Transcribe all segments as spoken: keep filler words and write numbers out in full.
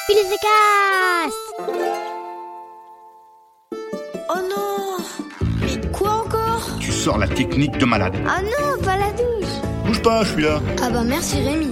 Billy the Cast. Oh non! Mais quoi encore? Tu sors la technique de malade. Ah non, pas la douche! Bouge pas, je suis là. Ah bah merci Rémi.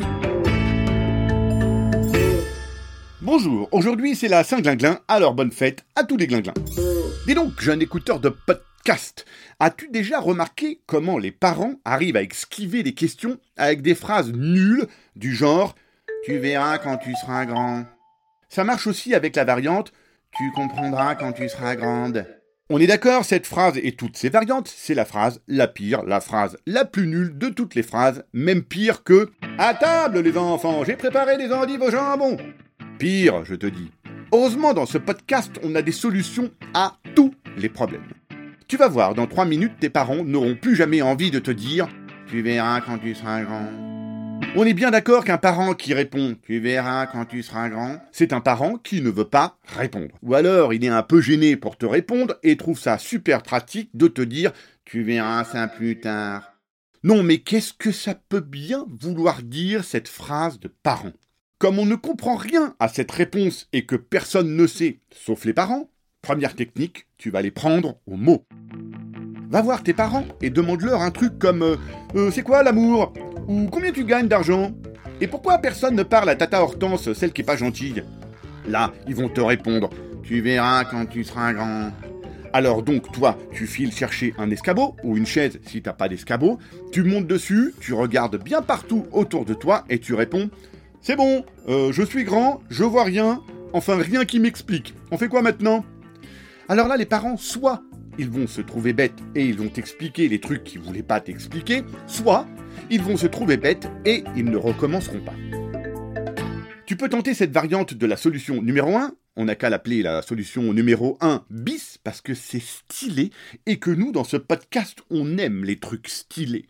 Bonjour, aujourd'hui c'est la Saint-Glinglin, alors bonne fête à tous les glinglins. Dis donc, jeune écouteur de podcast, as-tu déjà remarqué comment les parents arrivent à esquiver les questions avec des phrases nulles du genre « Tu verras quand tu seras grand ». Ça marche aussi avec la variante « Tu comprendras quand tu seras grande ». On est d'accord, cette phrase et toutes ses variantes, c'est la phrase la pire, la phrase la plus nulle de toutes les phrases, même pire que « À table les enfants, j'ai préparé des endives au jambon ». Pire, je te dis. Heureusement, dans ce podcast, on a des solutions à tous les problèmes. Tu vas voir, dans trois minutes, tes parents n'auront plus jamais envie de te dire « Tu verras quand tu seras grand ». On est bien d'accord qu'un parent qui répond « Tu verras quand tu seras grand », c'est un parent qui ne veut pas répondre. Ou alors, il est un peu gêné pour te répondre et trouve ça super pratique de te dire « Tu verras ça plus tard ». Non, mais qu'est-ce que ça peut bien vouloir dire, cette phrase de parent ? Comme on ne comprend rien à cette réponse et que personne ne sait, sauf les parents, première technique, tu vas les prendre au mot. Va voir tes parents et demande-leur un truc comme euh, euh, « C'est quoi l'amour ?» ou « Combien tu gagnes d'argent ?» Et pourquoi personne ne parle à Tata Hortense, celle qui est pas gentille ? Là, ils vont te répondre « Tu verras quand tu seras grand ». Alors donc, toi, tu files chercher un escabeau, ou une chaise si t'as pas d'escabeau, tu montes dessus, tu regardes bien partout autour de toi et tu réponds « C'est bon, euh, je suis grand, je vois rien, enfin rien qui m'explique. On fait quoi maintenant ?» Alors là, les parents, soit ils vont se trouver bêtes et ils vont t'expliquer les trucs qu'ils voulaient pas t'expliquer, soit ils vont se trouver bêtes et ils ne recommenceront pas. Tu peux tenter cette variante de la solution numéro un, on n'a qu'à l'appeler la solution numéro un bis, parce que c'est stylé et que nous, dans ce podcast, on aime les trucs stylés.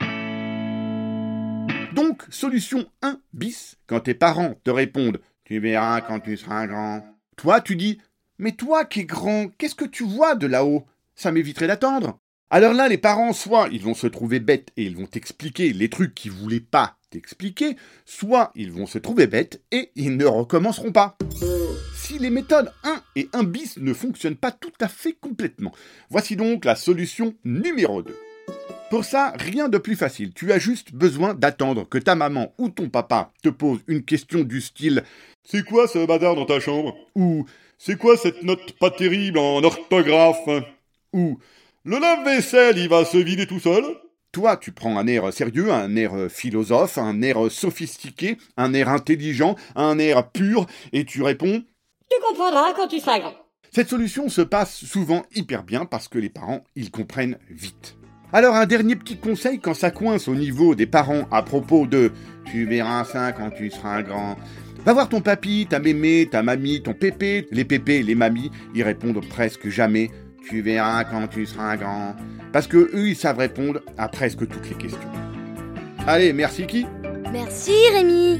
Donc, solution un bis, quand tes parents te répondent « Tu verras quand tu seras grand », toi tu dis « Mais toi qui es grand, qu'est-ce que tu vois de là-haut ? Ça m'éviterait d'attendre. » Alors là, les parents, soit ils vont se trouver bêtes et ils vont t'expliquer les trucs qu'ils voulaient pas t'expliquer, soit ils vont se trouver bêtes et ils ne recommenceront pas. Si les méthodes un et un bis ne fonctionnent pas tout à fait complètement, voici donc la solution numéro deux. Pour ça, rien de plus facile. Tu as juste besoin d'attendre que ta maman ou ton papa te pose une question du style « C'est quoi ce bazar dans ta chambre ?» ou « C'est quoi cette note pas terrible en orthographe ?» ou « Le lave-vaisselle, il va se vider tout seul ?» Toi, tu prends un air sérieux, un air philosophe, un air sophistiqué, un air intelligent, un air pur, et tu réponds « Tu comprendras quand tu seras grand. » Cette solution se passe souvent hyper bien parce que les parents, ils comprennent vite. Alors un dernier petit conseil quand ça coince au niveau des parents à propos de « Tu verras ça quand tu seras grand ». Va voir ton papy, ta mémé, ta mamie, ton pépé. Les pépés et les mamies, ils répondent presque jamais « Tu verras quand tu seras grand ». Parce que eux, ils savent répondre à presque toutes les questions. Allez, merci qui ? Merci Rémi.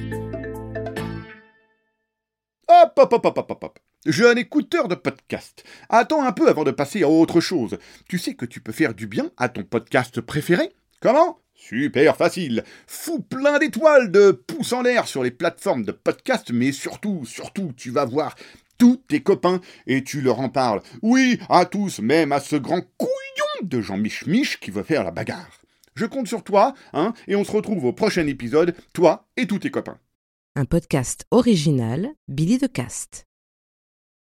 Hop, hop, hop, hop, hop, hop, hop. Jeune écouteur de podcast, attends un peu avant de passer à autre chose. Tu sais que tu peux faire du bien à ton podcast préféré ? Comment ? Super facile. Fous plein d'étoiles, de pouces en l'air sur les plateformes de podcast, mais surtout, surtout, tu vas voir tous tes copains et tu leur en parles. Oui, à tous, même à ce grand couillon de Jean Mich Mich qui veut faire la bagarre. Je compte sur toi, hein, et on se retrouve au prochain épisode, toi et tous tes copains. Un podcast original, Billy the Cast.